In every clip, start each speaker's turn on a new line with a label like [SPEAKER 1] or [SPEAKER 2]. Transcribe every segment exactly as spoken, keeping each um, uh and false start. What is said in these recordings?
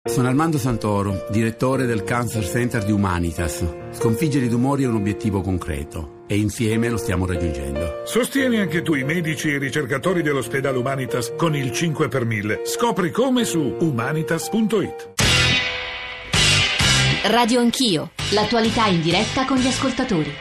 [SPEAKER 1] Sono Armando Santoro, direttore del Cancer Center di Humanitas. Sconfiggere i tumori è un obiettivo concreto e insieme lo stiamo raggiungendo.
[SPEAKER 2] Sostieni anche tu i medici e i ricercatori dell'ospedale Humanitas con il cinque per mille. Scopri come su humanitas punto it.
[SPEAKER 3] Radio Anch'io, l'attualità in diretta con gli ascoltatori.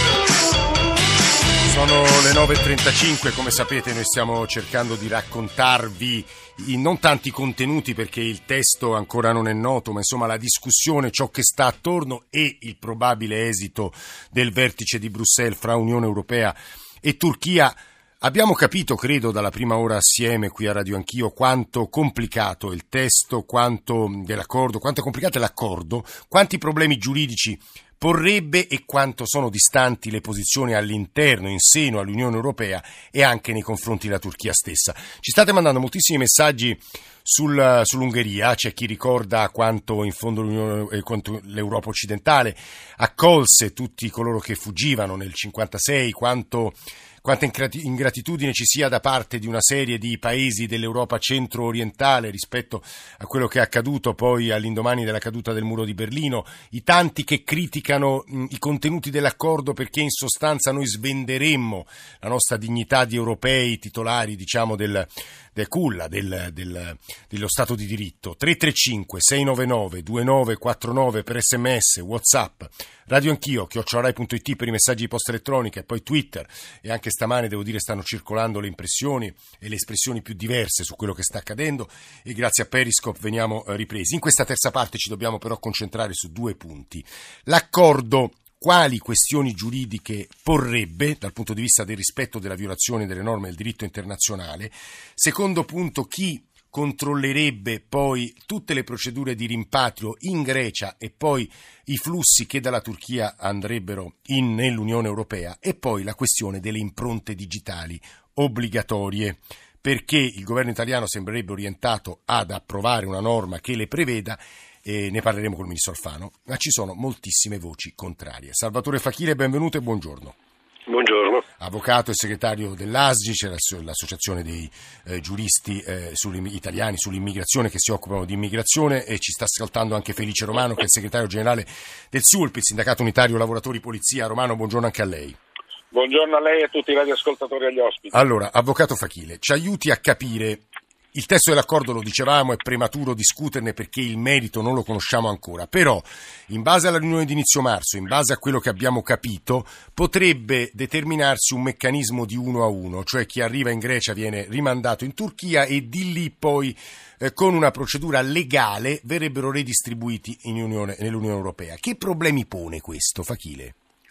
[SPEAKER 4] Sono le nove e trentacinque, come sapete noi stiamo cercando di raccontarvi i, non tanti contenuti perché il testo ancora non è noto, ma insomma la discussione, ciò che sta attorno e il probabile esito del vertice di Bruxelles fra Unione Europea e Turchia. Abbiamo capito, credo, dalla prima ora assieme qui a Radio Anch'io quanto complicato è il testo, quanto dell'accordo, quanto è complicato è l'accordo, quanti problemi giuridici porrebbe e quanto sono distanti le posizioni all'interno, in seno all'Unione Europea e anche nei confronti della Turchia stessa. Ci state mandando moltissimi messaggi sul, sull'Ungheria, c'è chi ricorda quanto in fondo l'Unione, eh, quanto l'Europa occidentale accolse tutti coloro che fuggivano nel cinquantasei, quanto quanta ingratitudine ci sia da parte di una serie di paesi dell'Europa centro-orientale rispetto a quello che è accaduto poi all'indomani della caduta del muro di Berlino, i tanti che criticano mh, i contenuti dell'accordo perché in sostanza noi svenderemmo la nostra dignità di europei titolari, diciamo, del, del culla, del, del, dello Stato di diritto. tre tre cinque sei nove nove due nove quattro nove per sms, WhatsApp, Radio Anch'io, chiocciola rai punto it per i messaggi di posta elettronica e poi Twitter, e anche stamane devo dire stanno circolando le impressioni e le espressioni più diverse su quello che sta accadendo e grazie a Periscope veniamo ripresi. In questa terza parte ci dobbiamo però concentrare su due punti. L'accordo, quali questioni giuridiche porrebbe dal punto di vista del rispetto della violazione delle norme del diritto internazionale. Secondo punto, chi controllerebbe poi tutte le procedure di rimpatrio in Grecia e poi i flussi che dalla Turchia andrebbero in, nell'Unione Europea, e poi la questione delle impronte digitali obbligatorie, perché il governo italiano sembrerebbe orientato ad approvare una norma che le preveda, e ne parleremo col ministro Alfano, ma ci sono moltissime voci contrarie. Salvatore Facchile, benvenuto e buongiorno.
[SPEAKER 5] Buongiorno.
[SPEAKER 4] Avvocato e segretario dell'A S G I, c'è l'associazione dei eh, giuristi eh, italiani sull'immigrazione che si occupano di immigrazione, e ci sta ascoltando anche Felice Romano che è il segretario generale del S U L P, il Sindacato Unitario Lavoratori Polizia. Romano, buongiorno anche a lei.
[SPEAKER 5] Buongiorno a lei e a tutti i radioascoltatori e agli ospiti.
[SPEAKER 4] Allora, avvocato Facchile, ci aiuti a capire. Il testo dell'accordo, lo dicevamo, è prematuro discuterne perché il merito non lo conosciamo ancora, però in base alla riunione di inizio marzo, in base a quello che abbiamo capito, potrebbe determinarsi un meccanismo di uno a uno, cioè chi arriva in Grecia viene rimandato in Turchia e di lì poi eh, con una procedura legale verrebbero redistribuiti in Unione, nell'Unione Europea. Che problemi pone questo, Facchile?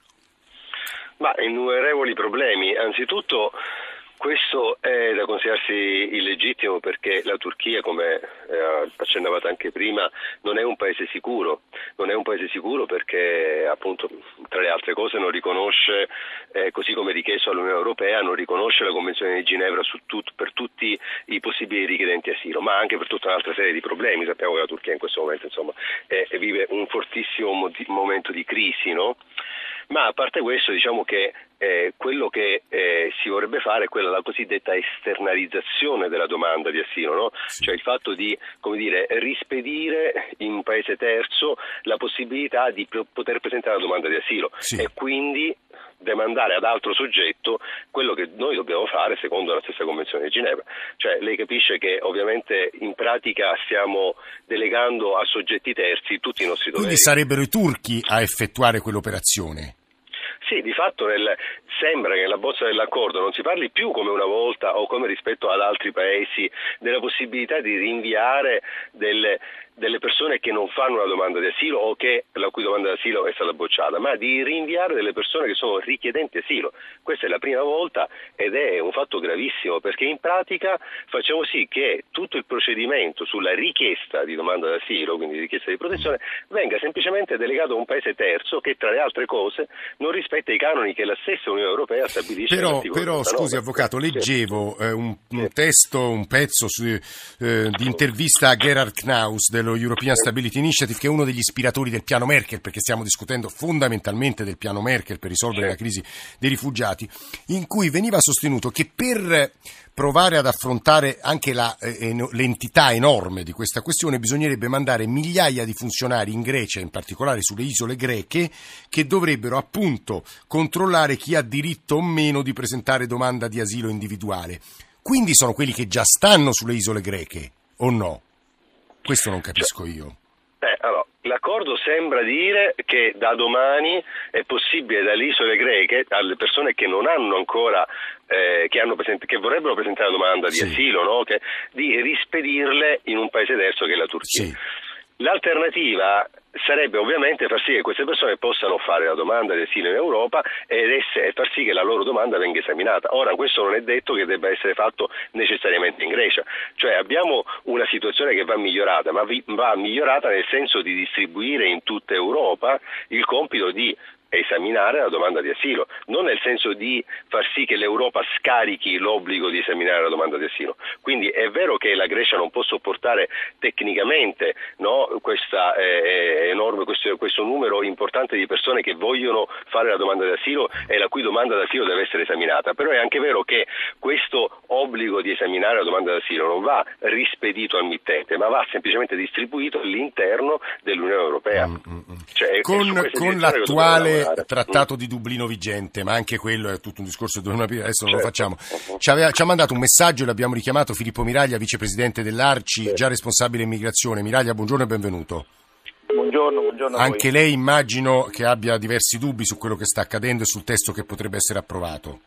[SPEAKER 5] Ma innumerevoli problemi. Anzitutto questo è da considerarsi illegittimo perché la Turchia, come eh, accennavate anche prima, non è un paese sicuro. Non è un paese sicuro perché, appunto, tra le altre cose non riconosce, eh, così come richiesto all'Unione Europea, non riconosce la Convenzione di Ginevra su tut, per tutti i possibili richiedenti asilo, ma anche per tutta un'altra serie di problemi. Sappiamo che la Turchia in questo momento, insomma, è, vive un fortissimo momento di crisi, no? Ma a parte questo, diciamo che eh, quello che eh, si vorrebbe fare è quella la cosiddetta esternalizzazione della domanda di asilo, no? Sì. Cioè il fatto di, come dire, rispedire in un paese terzo la possibilità di p- poter presentare la domanda di asilo, sì, e quindi demandare ad altro soggetto quello che noi dobbiamo fare secondo la stessa Convenzione di Ginevra. Cioè lei capisce che ovviamente in pratica stiamo delegando a soggetti terzi tutti i nostri doveri.
[SPEAKER 4] Quindi sarebbero i turchi a effettuare quell'operazione?
[SPEAKER 5] Sì, di fatto nel, sembra che nella bozza dell'accordo non si parli più come una volta o come rispetto ad altri paesi della possibilità di rinviare delle, delle persone che non fanno una domanda di asilo o che la cui domanda di asilo è stata bocciata, ma di rinviare delle persone che sono richiedenti asilo. Questa è la prima volta ed è un fatto gravissimo perché in pratica facciamo sì che tutto il procedimento sulla richiesta di domanda d'asilo, quindi richiesta di protezione, venga semplicemente delegato a un paese terzo che tra le altre cose non rispetta rispetta i canoni che la stessa Unione Europea stabilisce.
[SPEAKER 4] Però, però scusi avvocato, leggevo eh, un, un testo, un pezzo su, eh, di intervista a Gerhard Knaus dello European Stability Initiative, che è uno degli ispiratori del piano Merkel, perché stiamo discutendo fondamentalmente del piano Merkel per risolvere la crisi dei rifugiati, in cui veniva sostenuto che per provare ad affrontare anche la, eh, l'entità enorme di questa questione bisognerebbe mandare migliaia di funzionari in Grecia, in particolare sulle isole greche, che dovrebbero appunto controllare chi ha diritto o meno di presentare domanda di asilo individuale. Quindi sono quelli che già stanno sulle isole greche, o no? Questo non capisco io.
[SPEAKER 5] Eh, allora, l'accordo sembra dire che da domani è possibile dalle isole greche, alle persone che non hanno ancora, eh, che, hanno present- che vorrebbero presentare la domanda di
[SPEAKER 4] sì.
[SPEAKER 5] asilo, no? che, di rispedirle in un paese terzo che è la Turchia.
[SPEAKER 4] Sì.
[SPEAKER 5] L'alternativa sarebbe ovviamente far sì che queste persone possano fare la domanda di asilo in Europa ed essere, far sì che la loro domanda venga esaminata. Ora, questo non è detto che debba essere fatto necessariamente in Grecia, cioè abbiamo una situazione che va migliorata, ma vi, va migliorata nel senso di distribuire in tutta Europa il compito di esaminare la domanda di asilo, non nel senso di far sì che l'Europa scarichi l'obbligo di esaminare la domanda di asilo. Quindi è vero che la Grecia non può sopportare tecnicamente, no, questa eh, enorme questo, questo numero importante di persone che vogliono fare la domanda di asilo e la cui domanda d'asilo deve essere esaminata, però è anche vero che questo obbligo di esaminare la domanda d'asilo non va rispedito al mittente, ma va semplicemente distribuito all'interno dell'Unione Europea.
[SPEAKER 4] Mm-hmm.
[SPEAKER 5] Cioè,
[SPEAKER 4] con, con l'attuale trattato
[SPEAKER 5] mm.
[SPEAKER 4] di Dublino vigente, ma anche quello è tutto un discorso che dobbiamo aprire, adesso non
[SPEAKER 5] certo.
[SPEAKER 4] lo facciamo. Ci, aveva, ci ha mandato un messaggio e l'abbiamo richiamato Filippo Miraglia, vicepresidente dell'Arci, sì. già responsabile immigrazione. Miraglia, buongiorno e benvenuto.
[SPEAKER 6] Buongiorno, buongiorno.
[SPEAKER 4] Anche lei immagino che abbia diversi dubbi su quello che sta accadendo e sul testo che potrebbe essere approvato.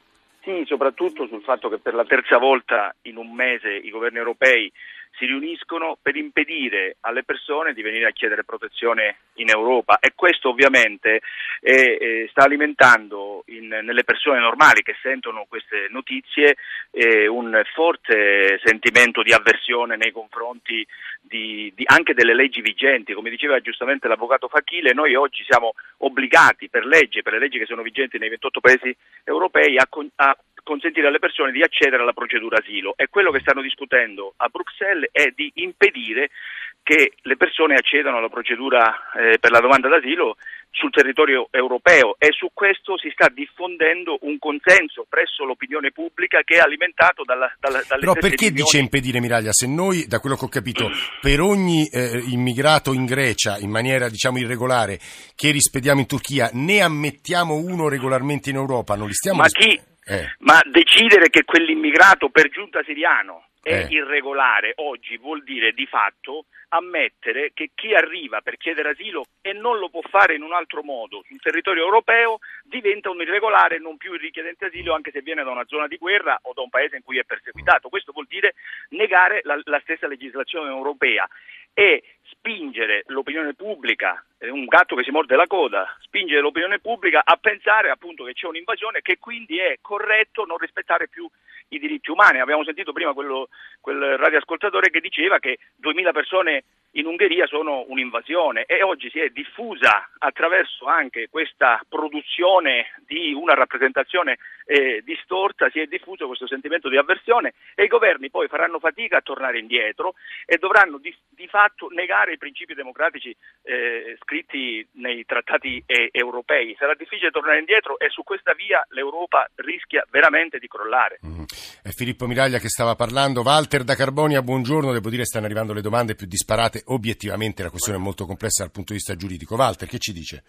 [SPEAKER 6] Sì, soprattutto sul fatto che per la terza volta in un mese i governi europei si riuniscono per impedire alle persone di venire a chiedere protezione in Europa, e questo ovviamente è, è, sta alimentando in, nelle persone normali che sentono queste notizie eh, un forte sentimento di avversione nei confronti di, di, anche delle leggi vigenti. Come diceva giustamente l'avvocato Fachile, noi oggi siamo obbligati per legge, per le leggi che sono vigenti nei ventotto paesi europei, a, a consentire alle persone di accedere alla procedura asilo, e quello che stanno discutendo a Bruxelles è di impedire che le persone accedano alla procedura eh, per la domanda d'asilo sul territorio europeo, e su questo si sta diffondendo un consenso presso l'opinione pubblica che è alimentato dalla, dalla, dalle
[SPEAKER 4] Però
[SPEAKER 6] stesse
[SPEAKER 4] perché
[SPEAKER 6] riunioni.
[SPEAKER 4] Dice impedire, Miraglia? Se noi, da quello che ho capito, per ogni eh, immigrato in Grecia in maniera diciamo irregolare che rispediamo in Turchia ne ammettiamo uno regolarmente in Europa, non li stiamo
[SPEAKER 6] Ma
[SPEAKER 4] risp-
[SPEAKER 6] chi?
[SPEAKER 4] Eh.
[SPEAKER 6] Ma decidere che quell'immigrato per giunta siriano è
[SPEAKER 4] Eh.
[SPEAKER 6] irregolare oggi vuol dire di fatto ammettere che chi arriva per chiedere asilo e non lo può fare in un altro modo sul territorio europeo diventa un irregolare, non più il richiedente asilo, anche se viene da una zona di guerra o da un paese in cui è perseguitato. Questo vuol dire negare la, la stessa legislazione europea e spingere l'opinione pubblica, è un gatto che si morde la coda, spingere l'opinione pubblica a pensare appunto che c'è un'invasione, che quindi è corretto non rispettare più i diritti umani. Abbiamo sentito prima quello, quel radioascoltatore che diceva che duemila persone in Ungheria sono un'invasione, e oggi si è diffusa attraverso anche questa produzione di una rappresentazione eh, distorta, si è diffuso questo sentimento di avversione, e i governi poi faranno fatica a tornare indietro e dovranno di, di fatto negare i principi democratici eh, scritti nei trattati eh, europei. Sarà difficile tornare indietro, e su questa via l'Europa rischia veramente di crollare.
[SPEAKER 4] Mm. È Filippo Miraglia che stava parlando. Walter da Carbonia, buongiorno. Devo dire stanno arrivando le domande più disparate. Obiettivamente la questione è molto complessa dal punto di vista giuridico. Walter, che ci dice?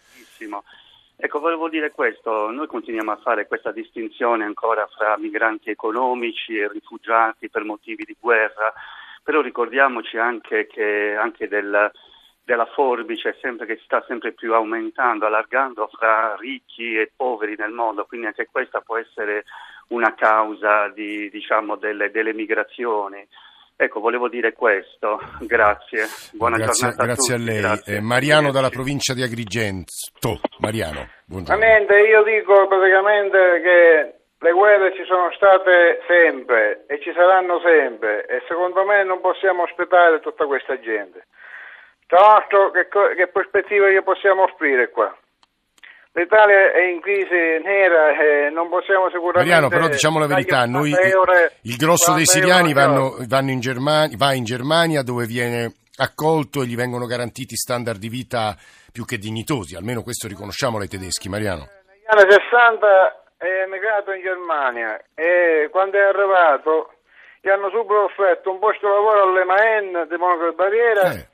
[SPEAKER 7] Ecco, volevo dire questo, noi continuiamo a fare questa distinzione ancora fra migranti economici e rifugiati per motivi di guerra, però ricordiamoci anche che anche del, della forbice sempre che sta sempre più aumentando, allargando fra ricchi e poveri nel mondo, quindi anche questa può essere una causa di, diciamo, delle, delle migrazioni. Ecco, volevo dire questo. Grazie. Buona
[SPEAKER 4] grazie,
[SPEAKER 7] giornata a
[SPEAKER 4] grazie
[SPEAKER 7] tutti.
[SPEAKER 4] a lei.
[SPEAKER 7] Grazie.
[SPEAKER 4] Eh, Mariano dalla provincia di Agrigento. Mariano, buongiorno.
[SPEAKER 8] Praticamente io dico praticamente che le guerre ci sono state sempre e ci saranno sempre, e secondo me non possiamo aspettare tutta questa gente. Tra l'altro, che, che prospettive gli possiamo offrire qua? l'Italia è in crisi nera e non possiamo sicuramente...
[SPEAKER 4] Mariano, però diciamo la verità, noi il grosso dei siriani vanno, vanno in Germania, va in Germania dove viene accolto e gli vengono garantiti standard di vita più che dignitosi, almeno questo riconosciamolo ai tedeschi, Mariano.
[SPEAKER 8] Negli anni sessanta è emigrato in Germania e quando è arrivato gli hanno subito offerto un posto di lavoro all'E M A N di Monaco di Baviera. Eh.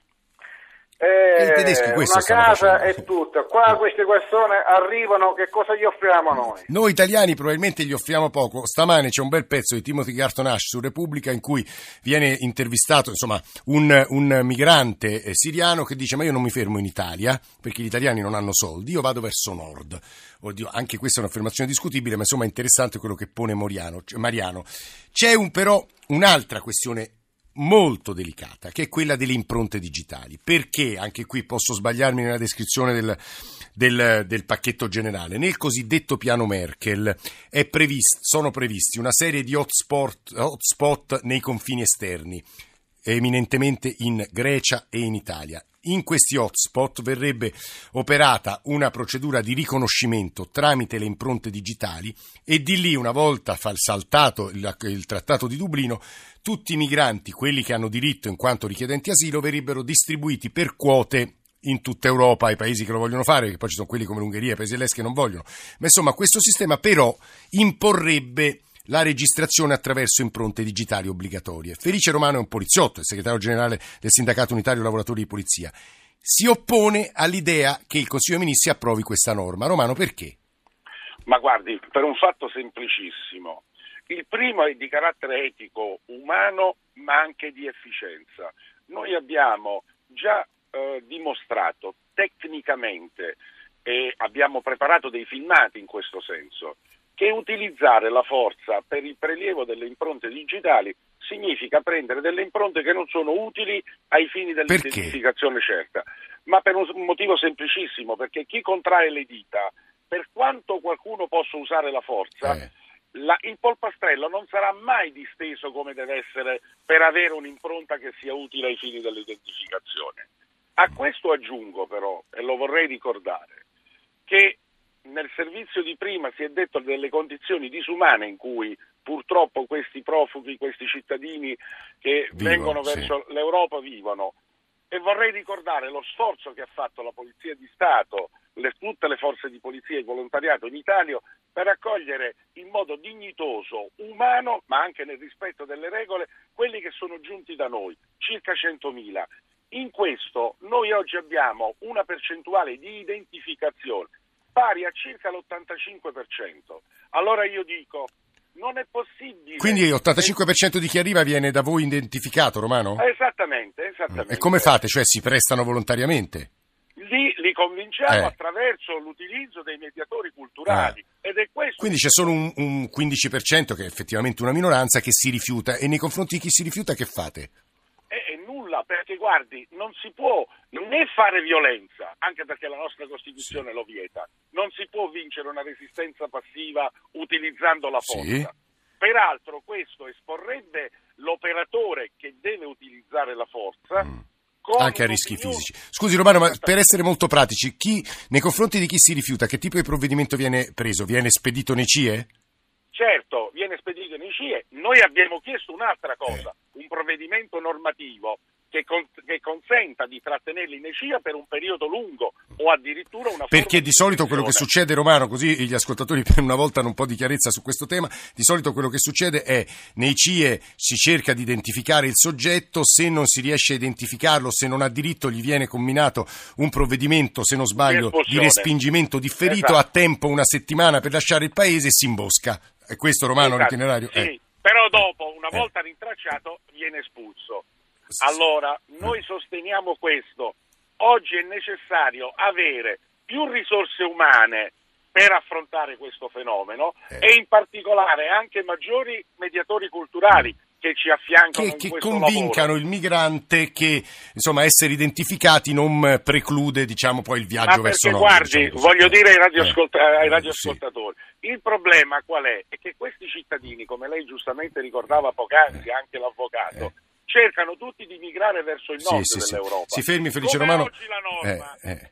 [SPEAKER 8] Eh,
[SPEAKER 4] I tedeschi questo
[SPEAKER 8] una casa
[SPEAKER 4] facendo.
[SPEAKER 8] e tutto. Qua queste persone arrivano, che cosa gli offriamo noi?
[SPEAKER 4] Noi italiani probabilmente gli offriamo poco. Stamane c'è un bel pezzo di Timothy Garton Ash su Repubblica in cui viene intervistato insomma un, un migrante siriano che dice: ma io non mi fermo in Italia perché gli italiani non hanno soldi, io vado verso nord. Oddio, anche questa è un'affermazione discutibile, ma insomma è interessante quello che pone Moriano, cioè Mariano. C'è un, però un'altra questione molto delicata, che è quella delle impronte digitali. Perché, anche qui posso sbagliarmi nella descrizione del, del, del pacchetto generale, nel cosiddetto piano Merkel è previst, sono previsti una serie di hotspot, hotspot nei confini esterni, eminentemente in Grecia e in Italia. In questi hotspot verrebbe operata una procedura di riconoscimento tramite le impronte digitali e di lì, una volta saltato il, il Trattato di Dublino, tutti i migranti, quelli che hanno diritto in quanto richiedenti asilo, verrebbero distribuiti per quote in tutta Europa ai paesi che lo vogliono fare, perché poi ci sono quelli come l'Ungheria, i paesi dell'est che non vogliono. Ma insomma questo sistema però imporrebbe la registrazione attraverso impronte digitali obbligatorie. Felice Romano è un poliziotto, è segretario generale del Sindacato Unitario Lavoratori di Polizia. Si oppone all'idea che il Consiglio dei Ministri approvi questa norma. Romano, perché?
[SPEAKER 9] Ma guardi, per un fatto semplicissimo. Il primo è di carattere etico, umano, ma anche di efficienza. Noi abbiamo già eh, dimostrato tecnicamente e abbiamo preparato dei filmati in questo senso, che utilizzare la forza per il prelievo delle impronte digitali significa prendere delle impronte che non sono utili ai fini dell'identificazione certa, ma per un motivo semplicissimo, perché chi contrae le dita, per quanto qualcuno possa usare la forza, eh. la, il polpastrello non sarà mai disteso come deve essere per avere un'impronta che sia utile ai fini dell'identificazione. A questo aggiungo però, e lo vorrei ricordare, che nel servizio di prima si è detto delle condizioni disumane in cui purtroppo questi profughi, questi cittadini che Vivo, vengono verso sì. l'Europa vivono, e vorrei ricordare lo sforzo che ha fatto la Polizia di Stato, le, tutte le forze di polizia e il volontariato in Italia per accogliere in modo dignitoso, umano, ma anche nel rispetto delle regole, quelli che sono giunti da noi, circa centomila. In questo noi oggi abbiamo una percentuale di identificazione pari a circa l'ottantacinque per cento. Allora io dico, non è possibile...
[SPEAKER 4] Quindi l'ottantacinque per cento di chi arriva viene da voi identificato, Romano?
[SPEAKER 9] Esattamente, esattamente.
[SPEAKER 4] E come fate? Cioè si prestano volontariamente?
[SPEAKER 9] Lì li convinciamo
[SPEAKER 4] eh.
[SPEAKER 9] attraverso l'utilizzo dei mediatori culturali. Eh. Ed è questo.
[SPEAKER 4] Quindi c'è solo un, un quindici per cento, che è effettivamente una minoranza, che si rifiuta. E nei confronti di chi si rifiuta che fate?
[SPEAKER 9] Perché guardi, non si può né fare violenza, anche perché la nostra Costituzione sì. lo vieta, non si può vincere una resistenza passiva utilizzando la forza. Sì. Peraltro questo esporrebbe l'operatore che deve utilizzare la forza mm.
[SPEAKER 4] anche a rischi fisici. Scusi Romano, ma per essere molto pratici, chi nei confronti di chi si rifiuta, che tipo di provvedimento viene preso? Viene spedito nei C I E?
[SPEAKER 9] Certo, viene spedito nei C I E. Noi abbiamo chiesto un'altra cosa, eh. un provvedimento normativo Che, con, che consenta di trattenerli in C I A per un periodo lungo o addirittura una
[SPEAKER 4] perché
[SPEAKER 9] forma
[SPEAKER 4] di solito quello che succede, Romano, così gli ascoltatori per una volta hanno un po' di chiarezza su questo tema, di solito quello che succede è nei C I E si cerca di identificare il soggetto, se non si riesce a identificarlo, se non ha diritto, gli viene comminato un provvedimento, se non sbaglio, di respingimento differito, esatto. a tempo una settimana per lasciare il paese e si imbosca. È questo, Romano, esatto. l'itinerario?
[SPEAKER 9] Sì,
[SPEAKER 4] eh.
[SPEAKER 9] però dopo, una volta eh. rintracciato, viene espulso. Allora, noi sosteniamo questo. Oggi è necessario avere più risorse umane per affrontare questo fenomeno eh. e in particolare anche maggiori mediatori culturali che ci affiancano
[SPEAKER 4] che,
[SPEAKER 9] in
[SPEAKER 4] che
[SPEAKER 9] questo
[SPEAKER 4] convincano
[SPEAKER 9] lavoro.
[SPEAKER 4] il migrante che insomma essere identificati non preclude diciamo poi il viaggio
[SPEAKER 9] Ma
[SPEAKER 4] verso
[SPEAKER 9] nord.
[SPEAKER 4] Perché
[SPEAKER 9] guardi,
[SPEAKER 4] diciamo
[SPEAKER 9] voglio dire ai, radioascolt-
[SPEAKER 4] eh.
[SPEAKER 9] ai radioascoltatori, sì. il problema qual è? È che questi cittadini, come lei giustamente ricordava poc'anzi, eh. anche l'avvocato, eh. cercano tutti di migrare verso il nord
[SPEAKER 4] sì, sì,
[SPEAKER 9] dell'Europa.
[SPEAKER 4] Sì. Si fermi Felice
[SPEAKER 9] Come
[SPEAKER 4] Romano.
[SPEAKER 9] Oggi la norma,
[SPEAKER 4] eh, eh.
[SPEAKER 9] se viene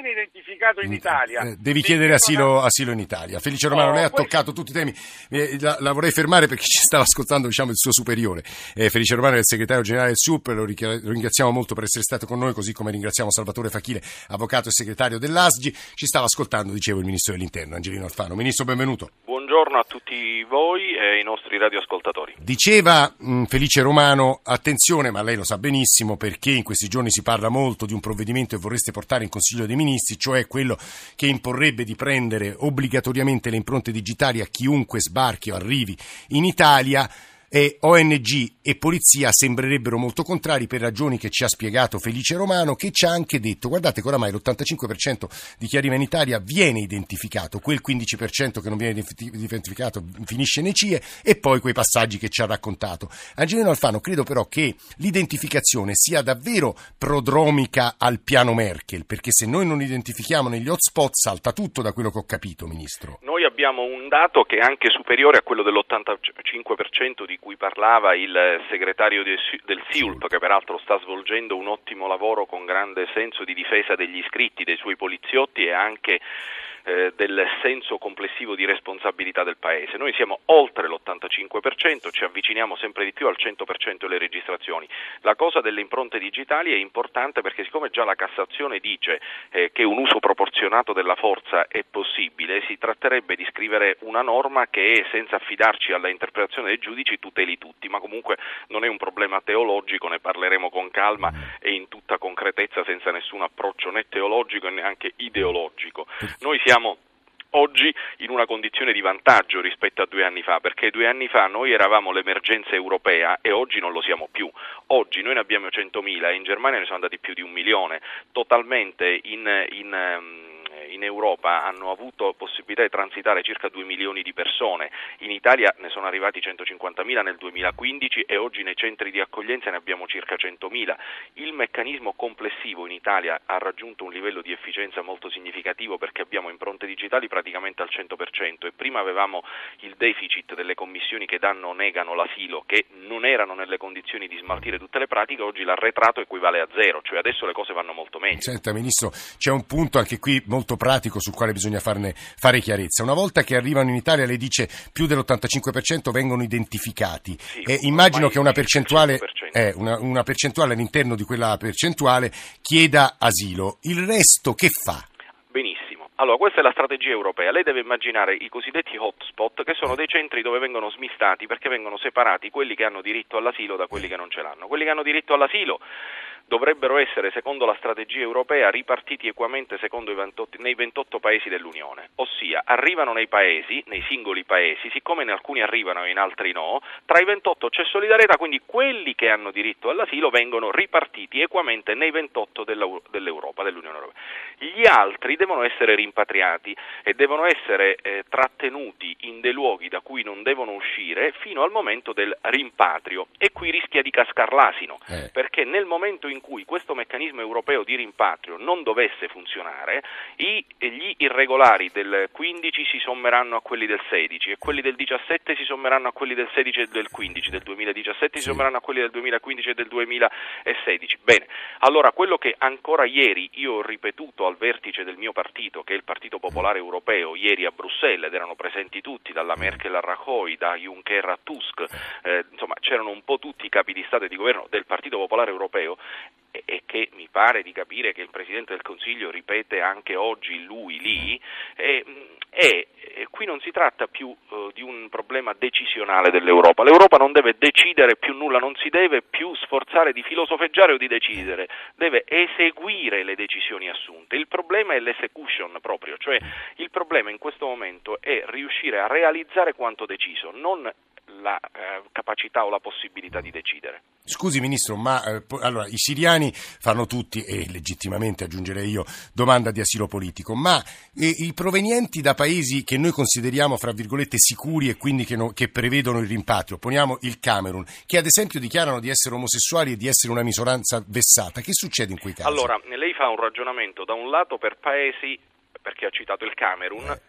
[SPEAKER 9] viene identificato in, in Italia.
[SPEAKER 4] Eh, devi chiedere asilo, asilo in Italia. Felice Romano, no, lei ha questo... toccato tutti i temi. Eh, la, la vorrei fermare perché ci stava ascoltando, diciamo, il suo superiore. Eh, Felice Romano è il segretario generale del S U P, lo, ri- lo ringraziamo molto per essere stato con noi, così come ringraziamo Salvatore Facchile, avvocato e segretario dell'A S G I. Ci stava ascoltando, dicevo, il Ministro dell'Interno, Angelino Alfano. Ministro, benvenuto.
[SPEAKER 10] Buongiorno a tutti voi e ai nostri radioascoltatori.
[SPEAKER 4] Diceva mh, Felice Romano, attenzione, ma lei lo sa benissimo perché in questi giorni si parla molto di un provvedimento che vorreste portare in Consiglio dei Ministri, cioè quello che imporrebbe di prendere obbligatoriamente le impronte digitali a chiunque sbarchi o arrivi in Italia. E O N G e polizia sembrerebbero molto contrari per ragioni che ci ha spiegato Felice Romano, che ci ha anche detto: guardate che oramai l'ottantacinque per cento di chi arriva in Italia viene identificato, quel quindici per cento che non viene identificato finisce nei C I E, e poi quei passaggi che ci ha raccontato. Angelino Alfano, credo però che l'identificazione sia davvero prodromica al piano Merkel, perché se noi non identifichiamo negli hotspot salta tutto, da quello che ho capito, Ministro.
[SPEAKER 10] Noi abbiamo un dato che è anche superiore a quello dell'ottantacinque per cento di cui parlava il segretario del S I U L P, che peraltro sta svolgendo un ottimo lavoro con grande senso di difesa degli iscritti, dei suoi poliziotti e anche eh, del senso complessivo di responsabilità del Paese. Noi siamo oltre l'ottantacinque per cento, ci avviciniamo sempre di più al cento per cento delle registrazioni. La cosa delle impronte digitali è importante perché siccome già la Cassazione dice eh, che un uso proporzionato della forza è possibile, si tratterebbe di scrivere una norma che, senza affidarci alla interpretazione dei giudici, tuteli tutti, ma comunque non è un problema teologico, ne parleremo con calma e in tutta concretezza, senza nessun approccio né teologico e neanche ideologico. Noi siamo oggi in una condizione di vantaggio rispetto a due anni fa, perché due anni fa noi eravamo l'emergenza europea e oggi non lo siamo più. Oggi noi ne abbiamo centomila e in Germania ne sono andati più di un milione, totalmente in, in in Europa hanno avuto possibilità di transitare circa due milioni di persone, in Italia ne sono arrivati centocinquantamila nel duemilaquindici e oggi nei centri di accoglienza ne abbiamo circa centomila. Il meccanismo complessivo in Italia ha raggiunto un livello di efficienza molto significativo perché abbiamo impronte digitali praticamente al cento per cento e prima avevamo il deficit delle commissioni che danno o negano l'asilo, che non erano nelle condizioni di smaltire tutte le pratiche, oggi l'arretrato equivale a zero, cioè adesso le cose vanno molto meglio.
[SPEAKER 4] Senta Ministro, c'è un punto anche qui molto pratico sul quale bisogna farne, fare chiarezza. Una volta che arrivano in Italia, lei dice più dell'ottantacinque per cento vengono identificati. Sì, eh, immagino che una percentuale, eh, una, una percentuale all'interno di quella percentuale chieda asilo. Il resto che fa?
[SPEAKER 10] Benissimo. Allora, questa è la strategia europea. Lei deve immaginare i cosiddetti hotspot, che sono dei centri dove vengono smistati perché vengono separati quelli che hanno diritto all'asilo da quelli che non ce l'hanno. Quelli che hanno diritto all'asilo dovrebbero essere, secondo la strategia europea, ripartiti equamente secondo i ventotto, nei ventotto paesi dell'Unione, ossia arrivano nei paesi, nei singoli paesi, siccome in alcuni arrivano e in altri no, tra i ventotto c'è solidarietà, quindi quelli che hanno diritto all'asilo vengono ripartiti equamente nei ventotto dell'Europa, dell'Unione Europea. Gli altri devono essere rimpatriati e devono essere eh, trattenuti in dei luoghi da cui non devono uscire fino al momento del rimpatrio, e qui rischia di cascar l'asino, eh. perché nel momento in cui questo meccanismo europeo di rimpatrio non dovesse funzionare, i, gli irregolari del quindici si sommeranno a quelli del sedici e quelli del diciassette si sommeranno a quelli del sedici e del quindici, del duemiladiciassette sì. si sommeranno a quelli del duemilaquindici e del duemilasedici. Bene, allora quello che ancora ieri io ho ripetuto al vertice del mio partito, che è il Partito Popolare Europeo, ieri a Bruxelles, ed erano presenti tutti, dalla Merkel a Rajoy, da Juncker a Tusk, eh, insomma c'erano un po' tutti i capi di Stato e di governo del Partito Popolare Europeo, e che mi pare di capire che il Presidente del Consiglio ripete anche oggi lui lì, e, e, e qui non si tratta più uh, di un problema decisionale dell'Europa. L'Europa non deve decidere più nulla, non si deve più sforzare di filosofeggiare o di decidere, deve eseguire le decisioni assunte. Il problema è l'execution proprio, cioè il problema in questo momento è riuscire a realizzare quanto deciso, non la eh, capacità o la possibilità di decidere.
[SPEAKER 4] Scusi Ministro, ma eh, allora i siriani fanno tutti, e legittimamente aggiungerei io, domanda di asilo politico, ma eh, i provenienti da paesi che noi consideriamo fra virgolette sicuri e quindi che, no, che prevedono il rimpatrio, poniamo il Camerun, che ad esempio dichiarano di essere omosessuali e di essere una minoranza vessata, che succede in quei casi?
[SPEAKER 10] Allora, lei fa un ragionamento da un lato per paesi, perché ha citato il Camerun, eh.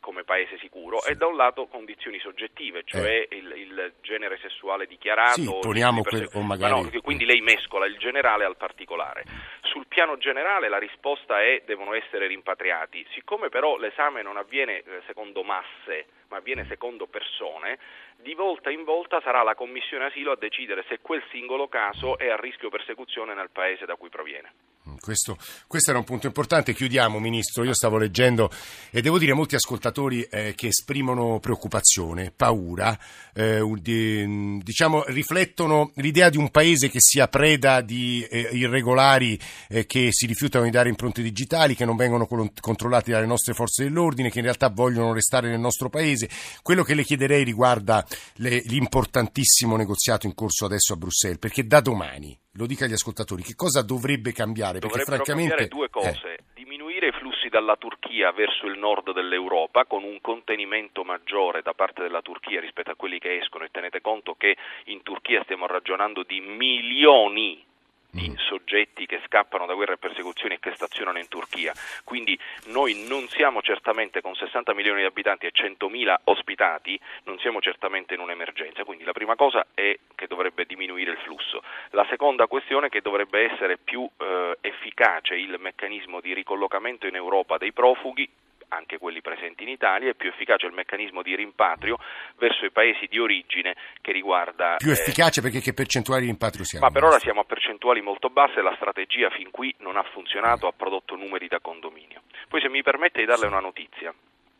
[SPEAKER 10] come paese sicuro, sì. E da un lato condizioni soggettive, cioè eh. il, il genere sessuale dichiarato,
[SPEAKER 4] sì, poniamo
[SPEAKER 10] perse-
[SPEAKER 4] que- o magari...
[SPEAKER 10] no, quindi lei mescola il generale al particolare. Sul piano generale la risposta è devono essere rimpatriati, siccome però l'esame non avviene secondo masse, ma avviene secondo persone, di volta in volta sarà la Commissione Asilo a decidere se quel singolo caso è a rischio persecuzione nel paese da cui proviene.
[SPEAKER 4] Questo, questo era un punto importante. Chiudiamo, Ministro. Io stavo leggendo e devo dire molti ascoltatori eh, che esprimono preoccupazione, paura, eh, di, diciamo riflettono l'idea di un paese che sia preda di eh, irregolari eh, che si rifiutano di dare impronte digitali, che non vengono col- controllati dalle nostre forze dell'ordine, che in realtà vogliono restare nel nostro paese. Quello che le chiederei riguarda le, l'importantissimo negoziato in corso adesso a Bruxelles, perché da domani, lo dica agli ascoltatori, che cosa dovrebbe cambiare? Perché
[SPEAKER 10] Dovrebbero
[SPEAKER 4] francamente
[SPEAKER 10] cambiare due cose,
[SPEAKER 4] eh.
[SPEAKER 10] diminuire i flussi dalla Turchia verso il nord dell'Europa con un contenimento maggiore da parte della Turchia rispetto a quelli che escono, e tenete conto che in Turchia stiamo ragionando di milioni di soggetti che scappano da guerre e persecuzioni e che stazionano in Turchia, quindi noi non siamo certamente, con sessanta milioni di abitanti e centomila ospitati, non siamo certamente in un'emergenza, quindi la prima cosa è che dovrebbe diminuire il flusso. La seconda questione è che dovrebbe essere più eh, efficace il meccanismo di ricollocamento in Europa dei profughi, anche quelli presenti in Italia, e più efficace il meccanismo di rimpatrio verso i paesi di origine che riguarda...
[SPEAKER 4] Più efficace eh, perché che percentuali di rimpatrio siamo?
[SPEAKER 10] Ma per ora siamo a percentuali molto basse, la strategia fin qui non ha funzionato, ha prodotto numeri da condominio. Poi se mi permette di darle una notizia.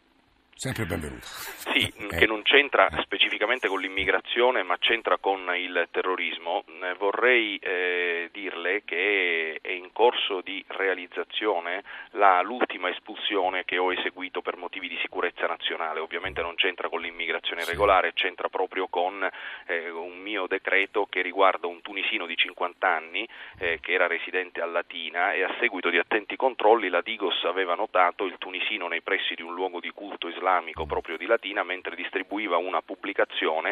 [SPEAKER 4] Sempre benvenuto.
[SPEAKER 10] Sì, eh. che non c'entra specificamente con l'immigrazione, ma c'entra con il terrorismo. Eh, vorrei eh, dirle che è in corso di realizzazione la, l'ultima espulsione che ho eseguito per motivi di sicurezza nazionale. Ovviamente non c'entra con l'immigrazione regolare, c'entra proprio con eh, un mio decreto che riguarda un tunisino di cinquanta anni eh, che era residente a Latina, e a seguito di attenti controlli la Digos aveva notato il tunisino nei pressi di un luogo di culto islamico proprio di Latina mentre distribuiva una pubblicazione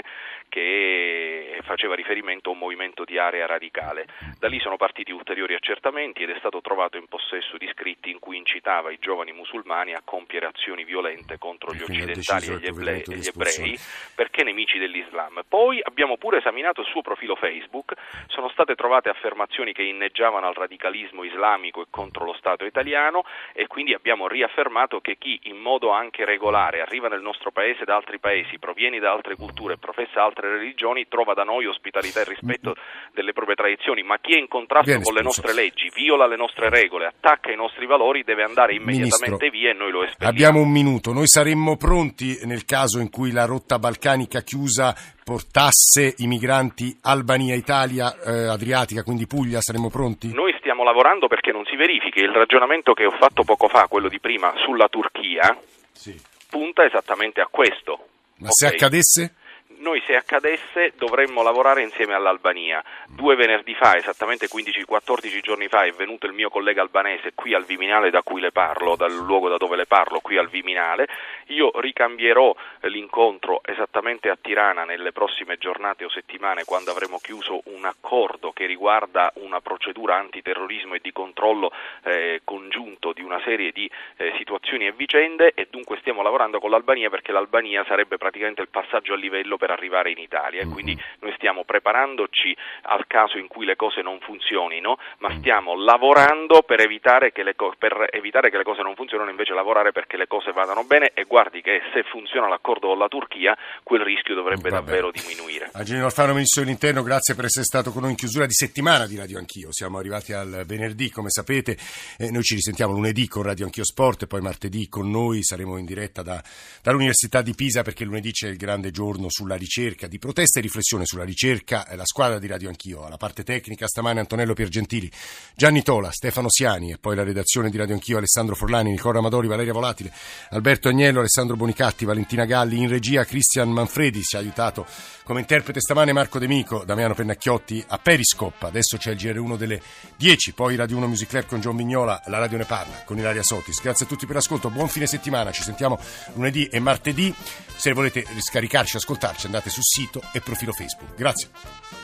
[SPEAKER 10] che faceva riferimento a un movimento di area radicale. Da lì sono partiti ulteriori accertamenti ed è stato trovato in possesso di scritti in cui incitava i giovani musulmani a compiere azioni violente contro gli occidentali e gli ebrei, e gli ebrei perché nemici dell'Islam. Poi abbiamo pure esaminato il suo profilo Facebook, sono state trovate affermazioni che inneggiavano al radicalismo islamico e contro lo Stato italiano, e quindi abbiamo riaffermato che chi in modo anche regolare arriva nel nostro paese da altri paesi, proviene da altre culture e professa altre religioni, trova da noi ospitalità e rispetto delle proprie tradizioni, ma chi è in contrasto Viene con le nostre leggi, viola le nostre regole, attacca i nostri valori, deve andare immediatamente Ministro, via, e noi lo espelliamo.
[SPEAKER 4] Abbiamo un minuto, noi saremmo pronti nel caso in cui la rotta balcanica chiusa portasse i migranti Albania-Italia, eh, Adriatica, quindi Puglia, saremmo pronti?
[SPEAKER 10] Noi stiamo lavorando perché non si verifichi. Il ragionamento che ho fatto poco fa, quello di prima sulla Turchia, sì. punta esattamente a questo.
[SPEAKER 4] Ma okay. Se accadesse?
[SPEAKER 10] Noi se accadesse dovremmo lavorare insieme all'Albania. Due venerdì fa, esattamente quindici quattordici giorni fa, è venuto il mio collega albanese qui al Viminale da cui le parlo, dal luogo da dove le parlo, qui al Viminale. Io ricambierò l'incontro esattamente a Tirana nelle prossime giornate o settimane, quando avremo chiuso un accordo che riguarda una procedura antiterrorismo e di controllo eh, congiunto di una serie di eh, situazioni e vicende, e dunque stiamo lavorando con l'Albania perché l'Albania sarebbe praticamente il passaggio a livello per arrivare in Italia, e quindi noi stiamo preparandoci al caso in cui le cose non funzionino, ma stiamo lavorando per evitare che le, co- per evitare che le cose non funzionino, invece lavorare perché le cose vadano bene, e guardi che se funziona l'accordo con la Turchia quel rischio dovrebbe Vabbè. davvero diminuire.
[SPEAKER 4] Angelino Alfano, Ministro dell'Interno, grazie per essere stato con noi in chiusura di settimana di Radio Anch'io. Siamo arrivati al venerdì, come sapete, eh, noi ci risentiamo lunedì con Radio Anch'io Sport, e poi martedì con noi saremo in diretta da, dall'Università di Pisa, perché lunedì c'è il grande giorno sulla ricerca, di protesta e riflessione sulla ricerca. La squadra di Radio Anch'io, alla parte tecnica stamane Antonello Piergentili, Gianni Tola, Stefano Siani, e poi la redazione di Radio Anch'io Alessandro Forlani, Nicola Amadori, Valeria Volatile, Alberto Agnello, Alessandro Bonicatti, Valentina Galli, in regia Cristian Manfredi, ci ha aiutato come interprete stamane Marco De Mico, Damiano Pennacchiotti a Periscope. Adesso c'è il G R uno delle dieci, poi Radio uno Music Club con John Vignola, la radio ne parla con Ilaria Sotis. Grazie a tutti per l'ascolto, buon fine settimana, ci sentiamo lunedì e martedì. Se volete scaricarci, ascoltarci, andate sul sito e profilo Facebook. Grazie.